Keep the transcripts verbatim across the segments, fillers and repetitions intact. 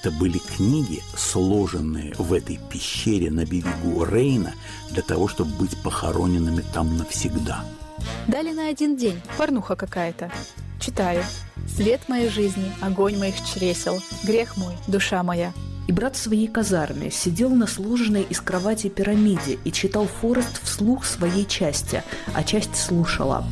Это были книги, сложенные в этой пещере на берегу Рейна для того, чтобы быть похороненными там навсегда. Дали на один день. Порнуха какая-то. Читаю. «Свет моей жизни, огонь моих чресел, грех мой, душа моя». И брат в своей казарме сидел на сложенной из кровати пирамиде и читал Форест вслух своей части, а часть слушала.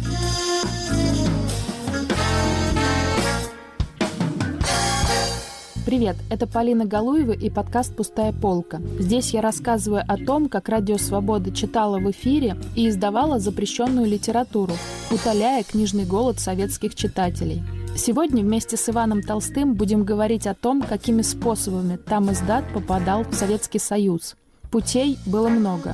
Привет, это Полина Галуева и подкаст «Пустая полка». Здесь я рассказываю о том, как Радио Свобода читала в эфире и издавала запрещенную литературу, утоляя книжный голод советских читателей. Сегодня вместе с Иваном Толстым будем говорить о том, какими способами тамиздат попадал в Советский Союз. Путей было много.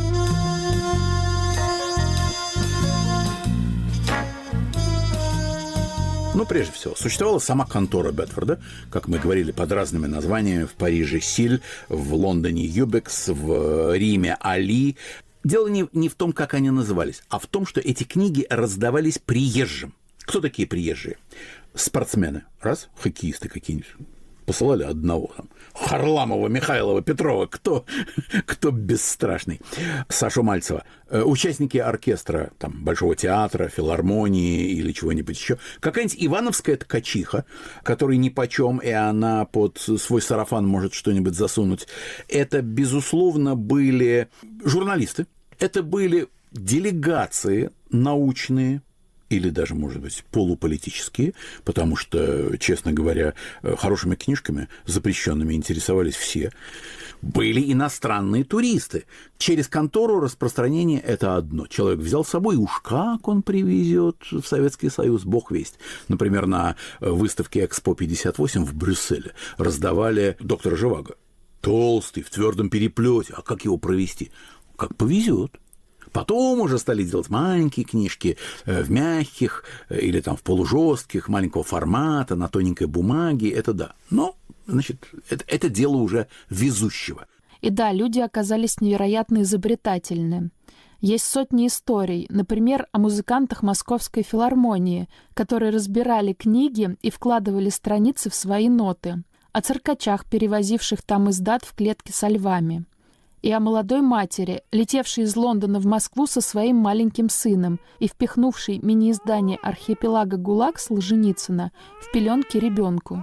Ну, прежде всего, существовала сама контора Бетфорда, как мы говорили, под разными названиями: в Париже Силь, в Лондоне Юбекс, в Риме Али. Дело не, не в том, как они назывались, а в том, что эти книги раздавались приезжим. Кто такие приезжие? Спортсмены. Раз, хоккеисты какие-нибудь. Посылали одного там. Харламова, Михайлова, Петрова. Кто, кто бесстрашный? Сашу Мальцева. Участники оркестра там, Большого театра, филармонии или чего-нибудь еще. Какая-нибудь ивановская ткачиха, которой нипочем, и она под свой сарафан может что-нибудь засунуть. Это, безусловно, были журналисты. Это были делегации научные, или даже, может быть, полуполитические, потому что, честно говоря, хорошими книжками, запрещенными, интересовались все. Были иностранные туристы. Через контору распространение – это одно. Человек взял с собой, уж как он привезет в Советский Союз, бог весть. Например, на выставке Экспо пятьдесят восемь в Брюсселе раздавали доктора Живаго. Толстый, в твердом переплете. А как его провести? Как повезет. Потом уже стали делать маленькие книжки в мягких или там в полужестких, маленького формата, на тоненькой бумаге, это да. Но, значит, это, это дело уже везущего. И да, люди оказались невероятно изобретательны. Есть сотни историй, например, о музыкантах Московской филармонии, которые разбирали книги и вкладывали страницы в свои ноты, о циркачах, перевозивших тамиздат в клетке со львами, и о молодой матери, летевшей из Лондона в Москву со своим маленьким сыном и впихнувшей мини-издание «Архипелага ГУЛАГ» Солженицына в пеленки ребенку.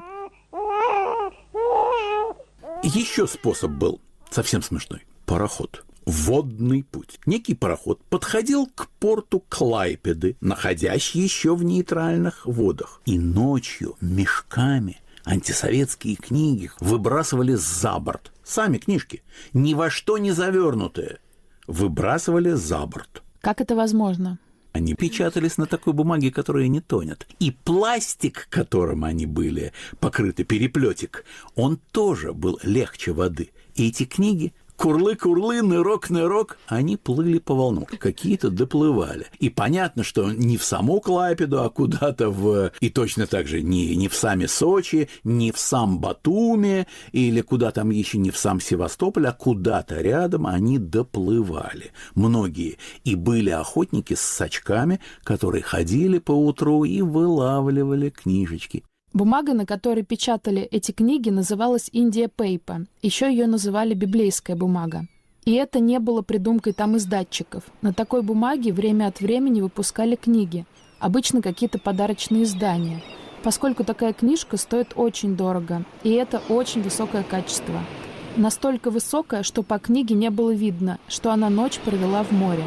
Еще способ был совсем смешной. Пароход. Водный путь. Некий пароход подходил к порту Клайпеды, находящий еще в нейтральных водах. И ночью мешками антисоветские книги выбрасывали за борт. Сами книжки, ни во что не завернутые, выбрасывали за борт. Как это возможно? Они печатались на такой бумаге, которая не тонет. И пластик, которым они были покрыты, переплетик, он тоже был легче воды. И эти книги... Курлы-курлы, нырок-нырок, они плыли по волнам, какие-то доплывали. И понятно, что не в саму Клайпеду, а куда-то в... И точно так же не, не в сами Сочи, не в сам Батуми, или куда там еще не в сам Севастополь, а куда-то рядом они доплывали. Многие. И были охотники с сачками, которые ходили поутру и вылавливали книжечки. Бумага, на которой печатали эти книги, называлась India Paper. Еще ее называли библейская бумага. И это не было придумкой тамиздатчиков. На такой бумаге время от времени выпускали книги, обычно какие-то подарочные издания, поскольку такая книжка стоит очень дорого, и это очень высокое качество. Настолько высокое, что по книге не было видно, что она ночь провела в море.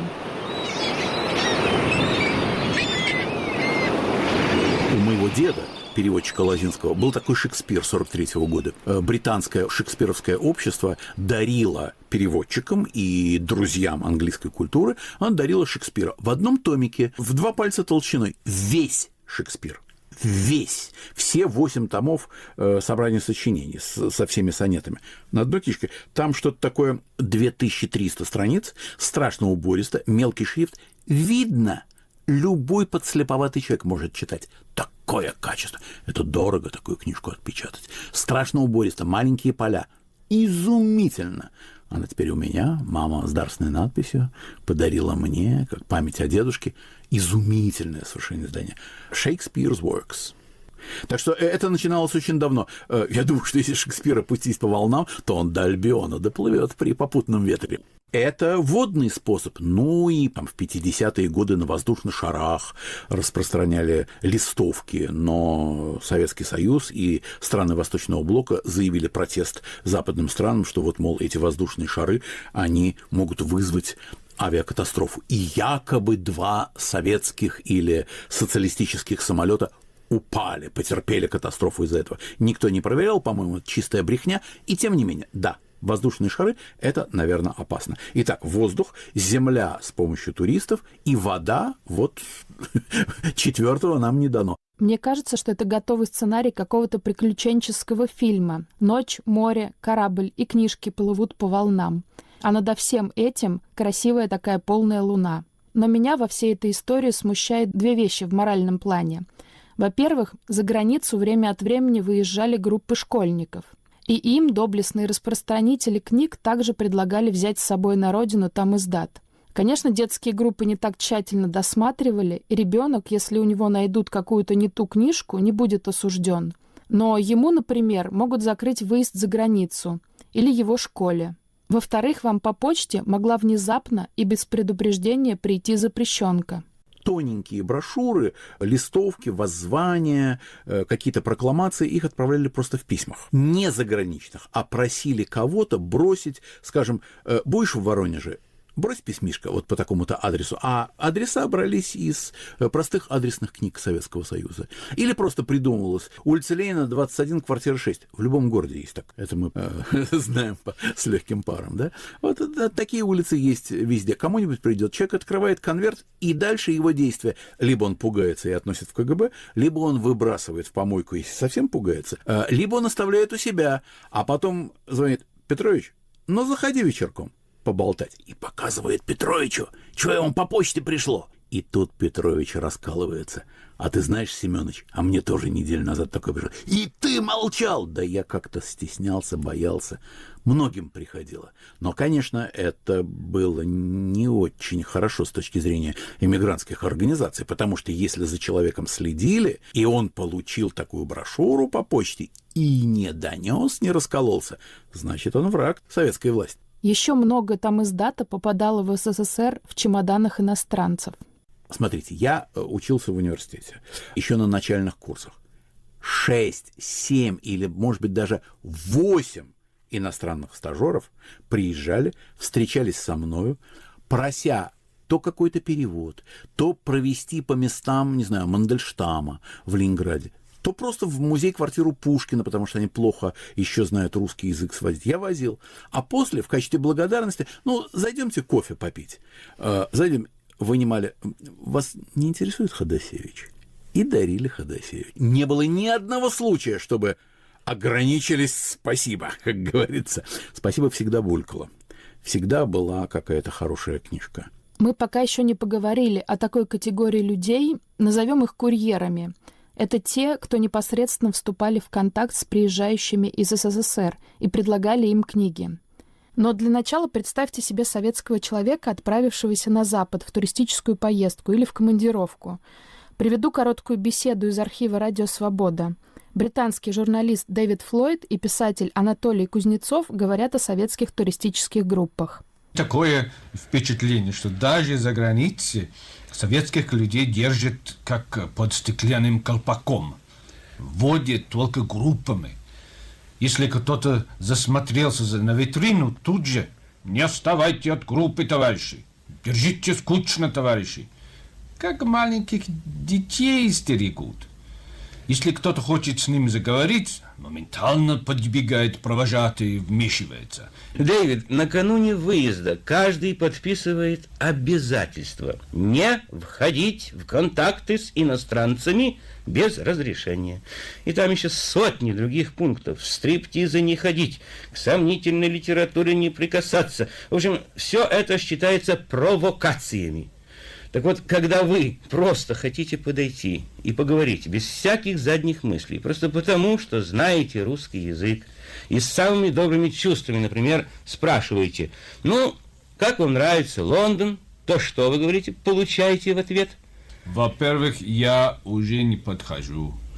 У моего деда, переводчика Лозинского, был такой Шекспир сорок третьего года. Британское шекспировское общество дарило переводчикам и друзьям английской культуры, оно дарило Шекспира в одном томике, в два пальца толщиной, весь Шекспир. Весь, все восемь томов э, собрания сочинений с, со всеми сонетами. На одной книжке там что-то такое две тысячи триста страниц, страшно убористо, мелкий шрифт. Видно, любой подслеповатый человек может читать. Такое качество. Это дорого, такую книжку отпечатать. Страшно убористо, маленькие поля. Изумительно. Она теперь у меня, мама с дарственной надписью, подарила мне, как память о дедушке, изумительное совершенно издание. Shakespeare's Works. Так что это начиналось очень давно. Я думаю, что если Шекспира пустить по волнам, то он до Альбиона доплывет при попутном ветре. Это водный способ. Ну и там, в пятидесятые годы на воздушных шарах распространяли листовки, но Советский Союз и страны Восточного блока заявили протест западным странам, что вот, мол, эти воздушные шары, они могут вызвать авиакатастрофу. И якобы два советских или социалистических самолета упали, потерпели катастрофу из-за этого. Никто не проверял, по-моему, это чистая брехня. И тем не менее, да, воздушные шары – это, наверное, опасно. Итак, воздух, земля с помощью туристов и вода, вот четвертого нам не дано. Мне кажется, что это готовый сценарий какого-то приключенческого фильма. Ночь, море, корабль и книжки плывут по волнам. А над всем этим красивая такая полная луна. Но меня во всей этой истории смущает две вещи в моральном плане. Во-первых, за границу время от времени выезжали группы школьников. И им доблестные распространители книг также предлагали взять с собой на родину там издат. Конечно, детские группы не так тщательно досматривали, и ребенок, если у него найдут какую-то не ту книжку, не будет осужден. Но ему, например, могут закрыть выезд за границу или его школе. Во-вторых, вам по почте могла внезапно и без предупреждения прийти запрещенка. Тоненькие брошюры, листовки, воззвания, какие-то прокламации, их отправляли просто в письмах. Не заграничных, а просили кого-то бросить, скажем, будешь в Воронеже, брось письмишко вот по такому-то адресу. А адреса брались из простых адресных книг Советского Союза. Или просто придумывалось. Улица Ленина, двадцать один, квартира шесть. В любом городе есть так. Это мы э, знаем по, с легким паром. Да? Вот да, такие улицы есть везде. Кому-нибудь придет, человек открывает конверт, и дальше его действия. Либо он пугается и относит в ка гэ бэ, либо он выбрасывает в помойку, если совсем пугается, э, либо он оставляет у себя, а потом звонит: Петрович, ну заходи вечерком поболтать. И показывает Петровичу, что ему по почте пришло. И тут Петрович раскалывается. А ты знаешь, Семёныч, а мне тоже неделю назад такое пришло. И ты молчал! Да я как-то стеснялся, боялся. Многим приходило. Но, конечно, это было не очень хорошо с точки зрения иммигрантских организаций, потому что если за человеком следили, и он получил такую брошюру по почте и не донес, не раскололся, значит, он враг советской власти. Еще много там издата попадало в эс эс эс эр в чемоданах иностранцев. Смотрите, я учился в университете, еще на начальных курсах. Шесть, семь или, может быть, даже восемь иностранных стажеров приезжали, встречались со мною, прося то какой-то перевод, то провести по местам, не знаю, Мандельштама в Ленинграде, то просто в музей-квартиру Пушкина, потому что они плохо еще знают русский язык сводить. Я возил. А после, в качестве благодарности, ну, зайдемте кофе попить. Зайдем, вынимали. Вас не интересует Ходосевич? И дарили Ходосевич. Не было ни одного случая, чтобы ограничились «спасибо», как говорится. «Спасибо» всегда булькало. Всегда была какая-то хорошая книжка. Мы пока еще не поговорили о такой категории людей, назовем их курьерами. Это те, кто непосредственно вступали в контакт с приезжающими из эс эс эс эр и предлагали им книги. Но для начала представьте себе советского человека, отправившегося на Запад в туристическую поездку или в командировку. Приведу короткую беседу из архива «Радио Свобода». Британский журналист Дэвид Флойд и писатель Анатолий Кузнецов говорят о советских туристических группах. Такое впечатление, что даже за границей советских людей держат как под стеклянным колпаком. Вводят только группами. Если кто-то засмотрелся на витрину, тут же: не отставайте от группы, товарищи. Держите скучно, товарищи. Как маленьких детей стерегут. Если кто-то хочет с ним заговорить, моментально подбегает провожатый и вмешивается. Дэвид, накануне выезда каждый подписывает обязательство не входить в контакты с иностранцами без разрешения. И там еще сотни других пунктов. В стриптизы не ходить, к сомнительной литературе не прикасаться. В общем, все это считается провокациями. Так вот, когда вы просто хотите подойти и поговорить без всяких задних мыслей, просто потому, что знаете русский язык, и с самыми добрыми чувствами, например, спрашиваете: ну, как вам нравится Лондон, то что вы говорите, получаете в ответ? Во-первых, я уже не подхожу.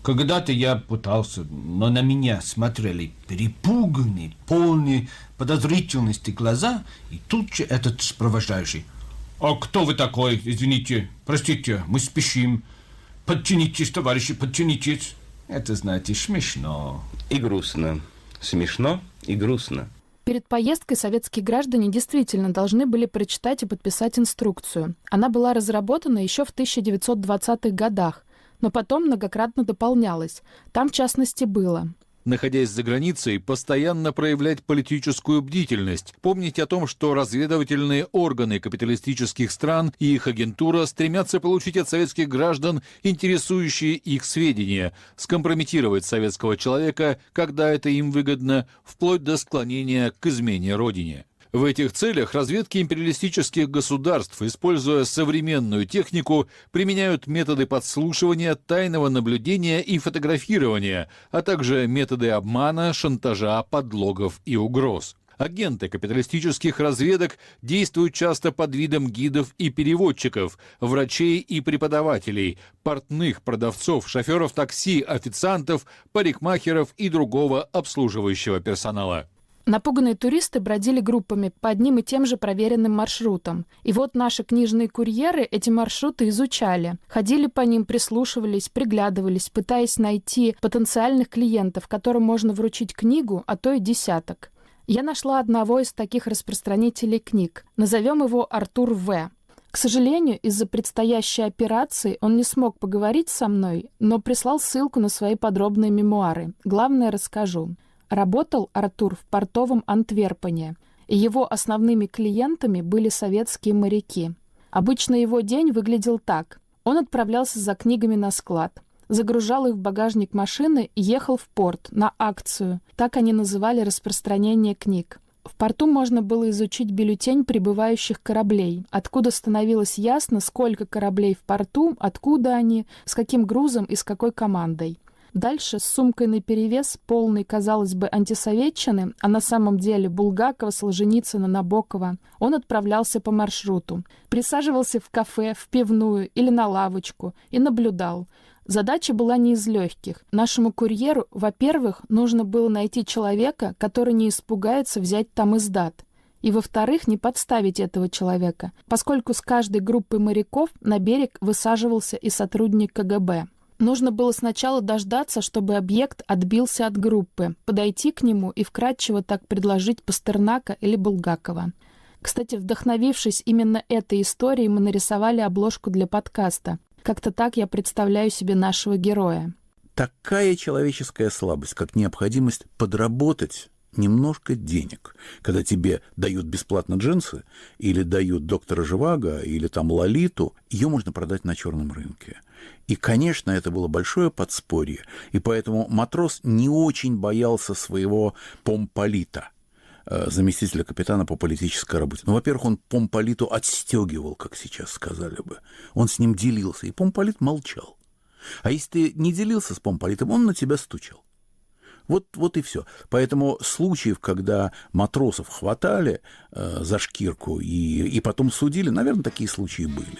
Когда-то я пытался, но на меня смотрели перепуганные, полные подозрительности глаза, и тут же этот сопровождающий. «А кто вы такой? Извините, простите, мы спешим. Подтянитесь, товарищи, подтянитесь». Это, знаете, смешно. И грустно. Смешно и грустно. Перед поездкой советские граждане действительно должны были прочитать и подписать инструкцию. Она была разработана еще в тысяча девятьсот двадцатых годах, но потом многократно дополнялась. Там, в частности, было: находясь за границей, постоянно проявлять политическую бдительность, помнить о том, что разведывательные органы капиталистических стран и их агентура стремятся получить от советских граждан интересующие их сведения, скомпрометировать советского человека, когда это им выгодно, вплоть до склонения к измене Родине. В этих целях разведки империалистических государств, используя современную технику, применяют методы подслушивания, тайного наблюдения и фотографирования, а также методы обмана, шантажа, подлогов и угроз. Агенты капиталистических разведок действуют часто под видом гидов и переводчиков, врачей и преподавателей, портных, продавцов, шоферов такси, официантов, парикмахеров и другого обслуживающего персонала. Напуганные туристы бродили группами по одним и тем же проверенным маршрутам. И вот наши книжные курьеры эти маршруты изучали. Ходили по ним, прислушивались, приглядывались, пытаясь найти потенциальных клиентов, которым можно вручить книгу, а то и десяток. Я нашла одного из таких распространителей книг. Назовем его Артур В. К сожалению, из-за предстоящей операции он не смог поговорить со мной, но прислал ссылку на свои подробные мемуары. Главное расскажу. Работал Артур в портовом Антверпене, и его основными клиентами были советские моряки. Обычно его день выглядел так. Он отправлялся за книгами на склад, загружал их в багажник машины и ехал в порт на акцию. Так они называли распространение книг. В порту можно было изучить бюллетень прибывающих кораблей, откуда становилось ясно, сколько кораблей в порту, откуда они, с каким грузом и с какой командой. Дальше с сумкой наперевес, полной, казалось бы, антисоветчины, а на самом деле Булгакова, Солженицына, Набокова, он отправлялся по маршруту. Присаживался в кафе, в пивную или на лавочку и наблюдал. Задача была не из легких. Нашему курьеру, во-первых, нужно было найти человека, который не испугается взять там издат. И, во-вторых, не подставить этого человека, поскольку с каждой группой моряков на берег высаживался и сотрудник ка гэ бэ. Нужно было сначала дождаться, чтобы объект отбился от группы, подойти к нему и вкратчиво так предложить Пастернака или Булгакова. Кстати, вдохновившись именно этой историей, мы нарисовали обложку для подкаста. Как-то так я представляю себе нашего героя. Такая человеческая слабость, как необходимость подработать немножко денег, когда тебе дают бесплатно джинсы, или дают доктора Живаго, или там Лолиту, ее можно продать на черном рынке. И, конечно, это было большое подспорье, и поэтому матрос не очень боялся своего помполита, заместителя капитана по политической работе. Ну, во-первых, он помполиту отстегивал, как сейчас сказали бы. Он с ним делился, и помполит молчал. А если ты не делился с помполитом, он на тебя стучал. Вот, вот и все. Поэтому случаев, когда матросов хватали э, за шкирку и, и потом судили, наверное, такие случаи были.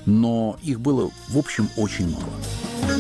Но их было, в общем, очень мало.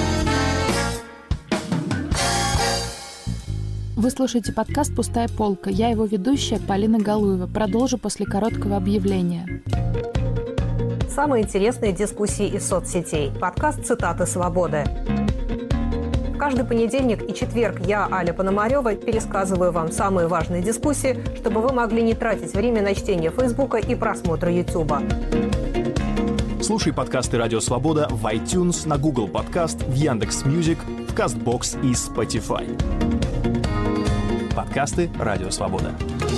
Вы слушаете подкаст «Пустая полка». Я его ведущая Полина Галуева. Продолжу после короткого объявления. Самые интересные дискуссии из соцсетей. Подкаст «Цитаты свободы». Каждый понедельник и четверг я, Аля Пономарева, пересказываю вам самые важные дискуссии, чтобы вы могли не тратить время на чтение Фейсбука и просмотр Ютуба. Слушай подкасты «Радио Свобода» в iTunes, на Google Подкаст, в Яндекс.Мьюзик, в Кастбокс и Spotify. Подкасты «Радио Свобода».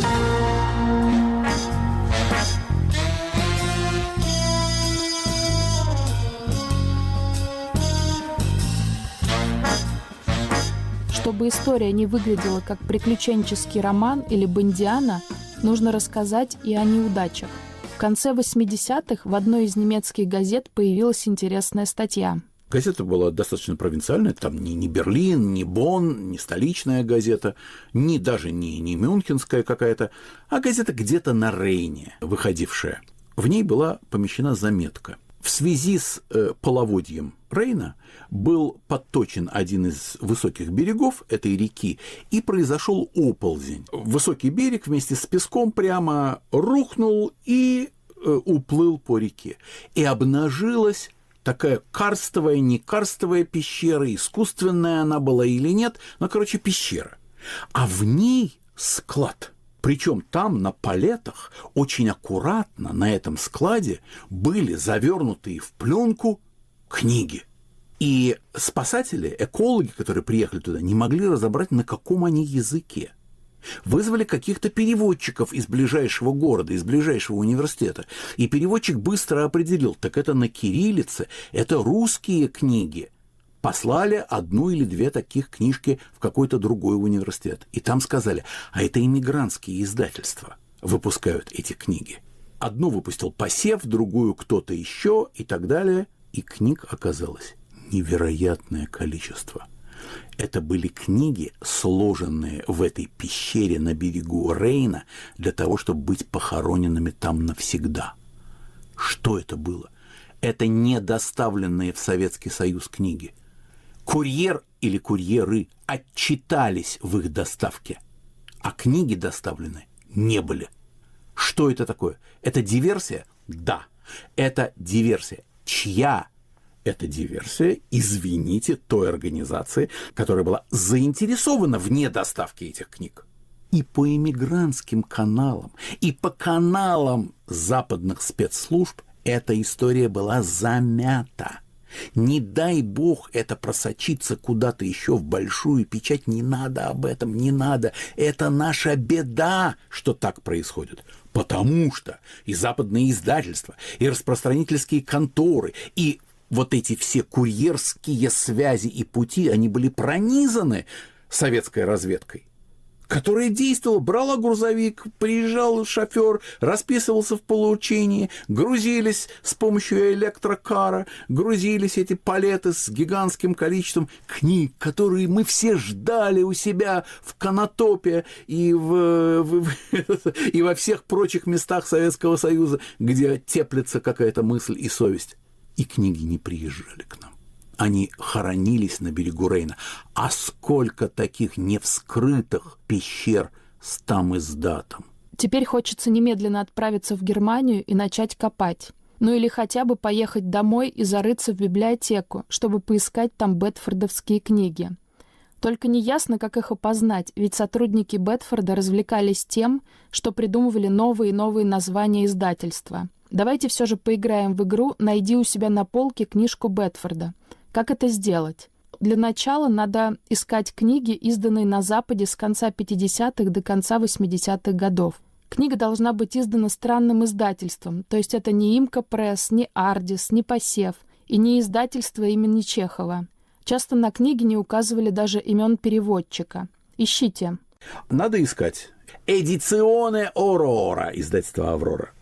Чтобы история не выглядела как приключенческий роман или бондиана, нужно рассказать и о неудачах. В конце восьмидесятых в одной из немецких газет появилась интересная статья. Газета была достаточно провинциальная, там ни, ни Берлин, ни Бонн, ни столичная газета, ни даже не, не мюнхенская какая-то, а газета где-то на Рейне выходившая. В ней была помещена заметка. В связи с э, половодьем Рейна был подточен один из высоких берегов этой реки, и произошел оползень. Высокий берег вместе с песком прямо рухнул и э, уплыл по реке. И обнажилась такая карстовая, не карстовая пещера, искусственная она была или нет, но, короче, пещера. А в ней склад. Причем там, на палетах, очень аккуратно на этом складе были завернутые в пленку книги. И спасатели, экологи, которые приехали туда, не могли разобрать, на каком они языке. Вызвали каких-то переводчиков из ближайшего города, из ближайшего университета. И переводчик быстро определил, так это на кириллице, это русские книги. Послали одну или две таких книжки в какой-то другой университет. И там сказали, а это иммигрантские издательства выпускают эти книги. Одну выпустил Посев, другую кто-то еще и так далее. И книг оказалось невероятное количество. Это были книги, сложенные в этой пещере на берегу Рейна для того, чтобы быть похороненными там навсегда. Что это было? Это не доставленные в Советский Союз книги. Курьер или курьеры отчитались в их доставке, а книги доставлены не были. Что это такое? Это диверсия? Да, это диверсия. Чья? Это диверсия, извините, той организации, которая была заинтересована в недоставке этих книг. И по иммигрантским каналам, и по каналам западных спецслужб эта история была замята. Не дай бог это просочиться куда-то еще в большую печать. Не надо об этом, не надо. Это наша беда, что так происходит. Потому что и западные издательства, и распространительские конторы, и вот эти все курьерские связи и пути, они были пронизаны советской разведкой, которая действовала, брала грузовик, приезжал шофер, расписывался в получении, грузились с помощью электрокара, грузились эти палеты с гигантским количеством книг, которые мы все ждали у себя в Конотопе и, в, в, и во всех прочих местах Советского Союза, где теплится какая-то мысль и совесть. И книги не приезжали к нам. Они хоронились на берегу Рейна. А сколько таких невскрытых пещер с там издатом? Теперь хочется немедленно отправиться в Германию и начать копать. Ну или хотя бы поехать домой и зарыться в библиотеку, чтобы поискать там бетфордовские книги. Только неясно, как их опознать, ведь сотрудники Бетфорда развлекались тем, что придумывали новые и новые названия издательства. Давайте все же поиграем в игру «Найди у себя на полке книжку Бетфорда». Как это сделать? Для начала надо искать книги, изданные на Западе с конца пятидесятых до конца восьмидесятых годов. Книга должна быть издана странным издательством, то есть это не Имка Пресс, не Ардис, не Посев и не издательство имени Чехова. Часто на книге не указывали даже имен переводчика. Ищите. Надо искать. Эдиционе Орора, издательство «Аврора».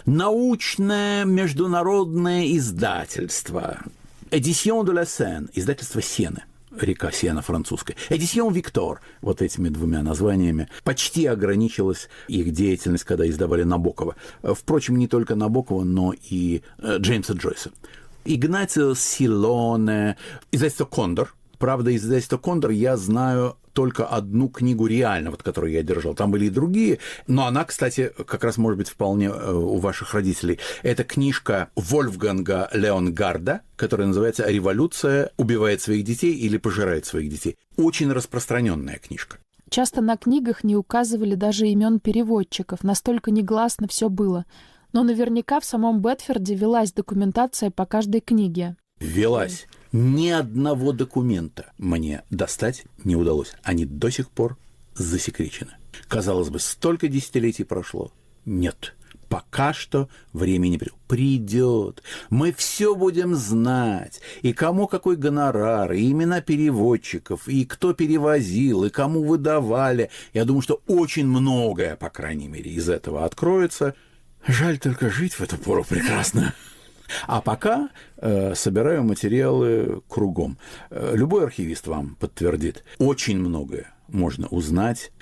Научное международное издательство. Édition de la Seine, издательство Сены, река Сена французская. Édition Victor, вот этими двумя названиями, почти ограничилась их деятельность, когда издавали Набокова. Впрочем, не только Набокова, но и Джеймса Джойса. Игнатио Силоне, издательство Кондор. Правда, издательство Кондор я знаю только одну книгу реально, вот, которую я держал. Там были и другие, но она, кстати, как раз может быть вполне у ваших родителей. Это книжка Вольфганга Леонгарда, которая называется «Революция убивает своих детей или пожирает своих детей». Очень распространенная книжка. Часто на книгах не указывали даже имен переводчиков, настолько негласно все было. Но наверняка в самом Бетфорде велась документация по каждой книге. Велась. Ни одного документа мне достать не удалось. Они до сих пор засекречены. Казалось бы, столько десятилетий прошло. Нет, пока что время не пришло. Придет. Мы все будем знать. И кому какой гонорар, и имена переводчиков, и кто перевозил, и кому выдавали. Я думаю, что очень многое, по крайней мере, из этого откроется. Жаль только жить в эту пору прекрасно. А пока э, собираю материалы кругом. Э, любой архивист вам подтвердит. Очень многое можно узнать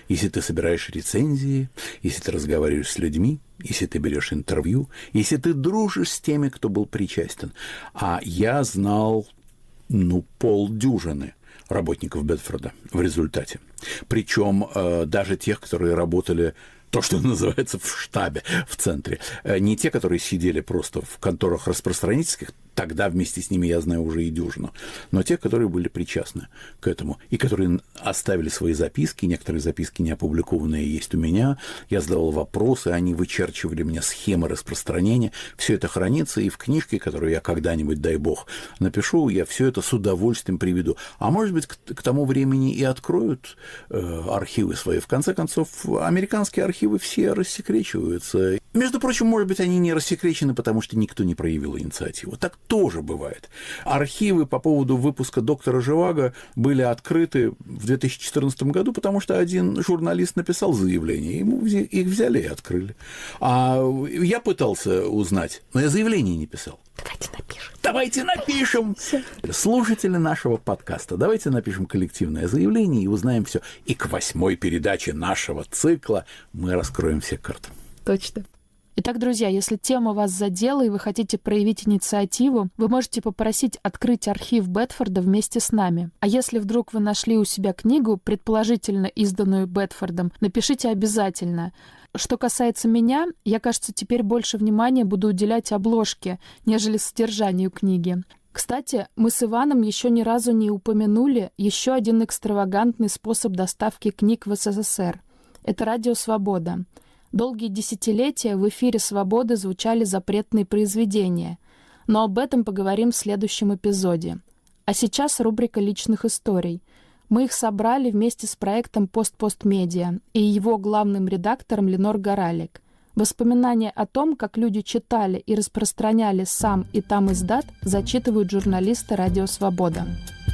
Если ты собираешь рецензии, если ты разговариваешь с людьми, если ты берешь интервью, если ты дружишь с теми, кто был причастен. А я знал, ну, полдюжины работников Бедфорда в результате. Причем э, даже тех, которые работали, то, что называется, в штабе, в центре. Не те, которые сидели просто в конторах распространительских, тогда вместе с ними я знаю уже и дюжину, но те, которые были причастны к этому, и которые оставили свои записки, некоторые записки не опубликованные есть у меня, я задавал вопросы, они вычерчивали мне схемы распространения, все это хранится, и в книжке, которую я когда-нибудь, дай бог, напишу, я все это с удовольствием приведу. А может быть, к, к тому времени и откроют э, архивы свои. В конце концов, американские архивы все рассекречиваются. Между прочим, может быть, они не рассекречены, потому что никто не проявил инициативу. Так тоже бывает. Архивы по поводу выпуска «Доктора Живаго» были открыты в две тысячи четырнадцатом году, потому что один журналист написал заявление, ему их взяли и открыли. А я пытался узнать, но я заявление не писал. Давайте напишем. Давайте напишем. Слушатели нашего подкаста, давайте напишем коллективное заявление и узнаем все. И к восьмой передаче нашего цикла мы раскроем все карты. Точно. Итак, друзья, если тема вас задела и вы хотите проявить инициативу, вы можете попросить открыть архив Бедфорда вместе с нами. А если вдруг вы нашли у себя книгу, предположительно изданную Бедфордом, напишите обязательно. Что касается меня, я, кажется, теперь больше внимания буду уделять обложке, нежели содержанию книги. Кстати, мы с Иваном еще ни разу не упомянули еще один экстравагантный способ доставки книг в СССР. Это радио «Свобода». Долгие десятилетия в эфире «Свободы» звучали запретные произведения, но об этом поговорим в следующем эпизоде. А сейчас рубрика личных историй. Мы их собрали вместе с проектом «Пост-Пост-Медиа» и его главным редактором Ленор Горалик. Воспоминания о том, как люди читали и распространяли сам и там издат, зачитывают журналисты «Радио Свобода».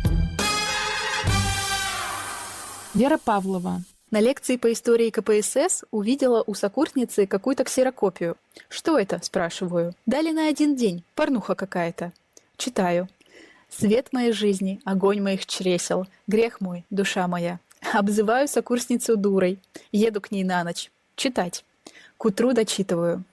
Вера Павлова. На лекции по истории ка пэ эс эс увидела у сокурсницы какую-то ксерокопию. «Что это?» – спрашиваю. «Дали на один день. Порнуха какая-то». Читаю. «Свет моей жизни, огонь моих чресел, грех мой, душа моя». Обзываю сокурсницу дурой. Еду к ней на ночь. Читать. К утру дочитываю.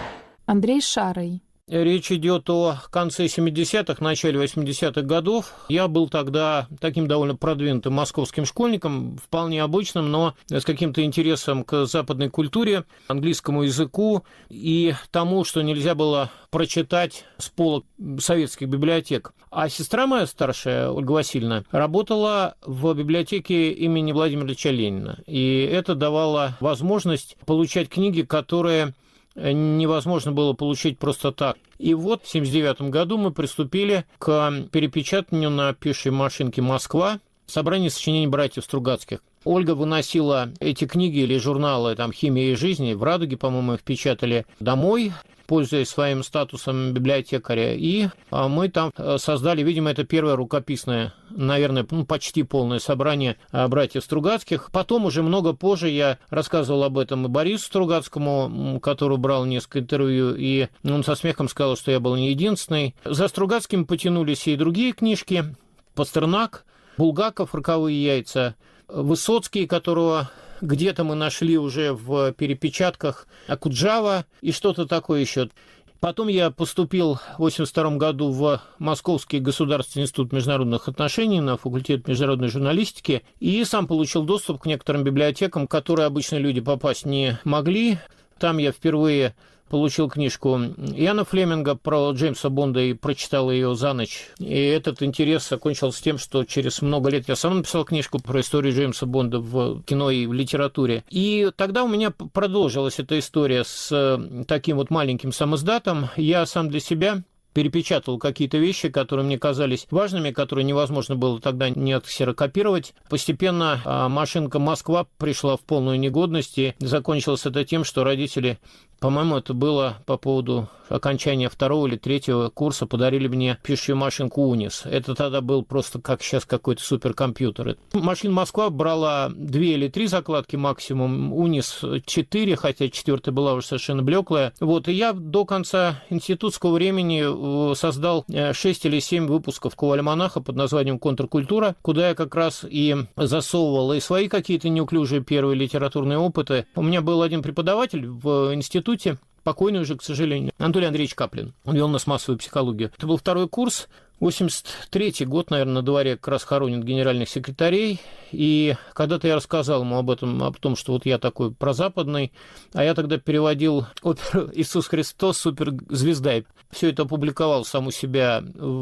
Андрей Шарый. Речь идет о конце семидесятых, начале восьмидесятых годов. Я был тогда таким довольно продвинутым московским школьником, вполне обычным, но с каким-то интересом к западной культуре, английскому языку и тому, что нельзя было прочитать с полок советских библиотек. А сестра моя старшая, Ольга Васильевна, работала в библиотеке имени Владимира Ильича Ленина. И это давало возможность получать книги, которые невозможно было получить просто так. И вот в семьдесят девятом году мы приступили к перепечатанию на пишущей машинке «Москва» собрание сочинений братьев Стругацких. Ольга выносила эти книги или журналы там «Химия и жизнь», в «Радуге», по-моему, их печатали домой, пользуясь своим статусом библиотекаря. И мы там создали, видимо, это первое рукописное, наверное, ну, почти полное собрание братьев Стругацких. Потом, уже много позже, я рассказывал об этом и Борису Стругацкому, который брал несколько интервью, и он со смехом сказал, что я был не единственный. За Стругацким потянулись и другие книжки. Пастернак, Булгаков «Роковые яйца», Высоцкий, которого где-то мы нашли уже в перепечатках, Акуджава и что-то такое еще. Потом я поступил в восемьдесят втором году в Московский государственный институт международных отношений на факультет международной журналистики и сам получил доступ к некоторым библиотекам, в которые обычные люди попасть не могли. Там я впервые получил книжку Иана Флеминга про Джеймса Бонда и прочитал ее за ночь. И этот интерес закончился тем, что через много лет я сам написал книжку про историю Джеймса Бонда в кино и в литературе. И тогда у меня продолжилась эта история с таким вот маленьким самиздатом. Я сам для себя перепечатал какие-то вещи, которые мне казались важными, которые невозможно было тогда не отксерокопировать. Постепенно машинка «Москва» пришла в полную негодность, и закончилось это тем, что родители, по-моему, это было по поводу окончания второго или третьего курса, подарили мне пишущую машинку «Унис». Это тогда был просто как сейчас какой-то суперкомпьютер. Машина «Москва» брала две или три закладки максимум, «Унис» четыре, хотя четвертая была уже совершенно блеклая. Вот, и я до конца институтского времени году создал шесть или семь выпусков альманаха под названием «Контркультура», куда я как раз и засовывал и свои какие-то неуклюжие первые литературные опыты. У меня был один преподаватель в институте, покойный уже, к сожалению, Анатолий Андреевич Каплин. Он вел нас массовую психологию. Это был второй курс. восемьдесят третий год, наверное, на дворе как раз хоронят генеральных секретарей, и когда-то я рассказал ему об этом, о том, что вот я такой прозападный, а я тогда переводил оперу «Иисус Христос. Суперзвезда». Все это опубликовал сам у себя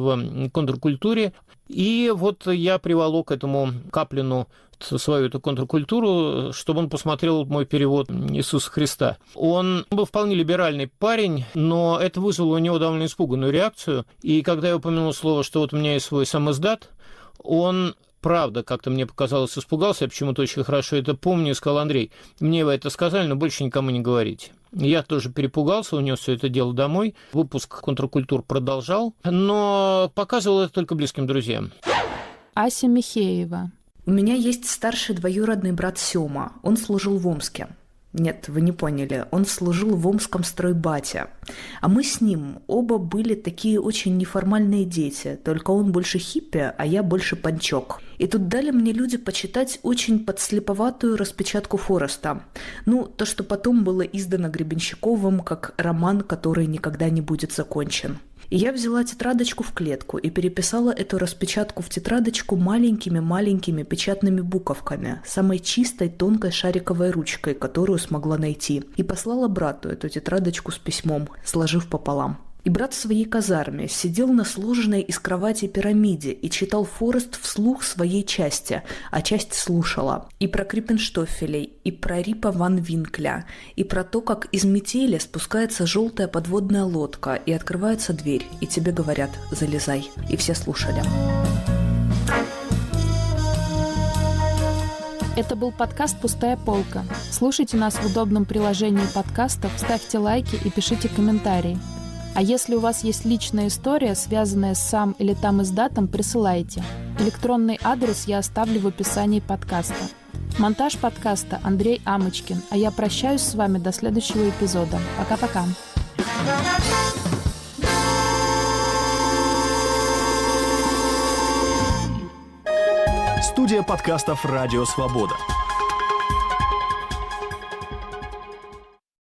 в «Контркультуре», и вот я приволок этому Каплину свою эту контркультуру, чтобы он посмотрел мой перевод Иисуса Христа. Он был вполне либеральный парень, но это вызвало у него довольно испуганную реакцию. И когда я упомянул слово, что вот у меня есть свой самиздат, он, правда, как-то мне показалось, испугался. Я почему-то очень хорошо это помню и сказал: Андрей, мне вы это сказали, но больше никому не говорите. Я тоже перепугался, унес все это дело домой. Выпуск «Контркультур» продолжал, но показывал это только близким друзьям. Ася Михеева. У меня есть старший двоюродный брат Сёма. Он служил в Омске. Нет, вы не поняли. Он служил в Омском стройбате. А мы с ним оба были такие очень неформальные дети. Только он больше хиппи, а я больше панчок. И тут дали мне люди почитать очень подслеповатую распечатку Фореста. Ну, то, что потом было издано Гребенщиковым как роман, который никогда не будет закончен. И я взяла тетрадочку в клетку и переписала эту распечатку в тетрадочку маленькими-маленькими печатными буковками, самой чистой тонкой шариковой ручкой, которую смогла найти, и послала брату эту тетрадочку с письмом, сложив пополам. И брат в своей казарме сидел на сложенной из кровати пирамиде и читал Форест вслух своей части, а часть слушала. И про Криппенштофелей, и про Рипа ван Винкля, и про то, как из метели спускается желтая подводная лодка, и открывается дверь, и тебе говорят: залезай. И все слушали. Это был подкаст «Пустая полка». Слушайте нас в удобном приложении подкастов, ставьте лайки и пишите комментарии. А если у вас есть личная история, связанная с сам или там издатом, присылайте. Электронный адрес я оставлю в описании подкаста. Монтаж подкаста Андрей Амочкин, а я прощаюсь с вами до следующего эпизода. Пока-пока. Студия подкастов «Радио Свобода».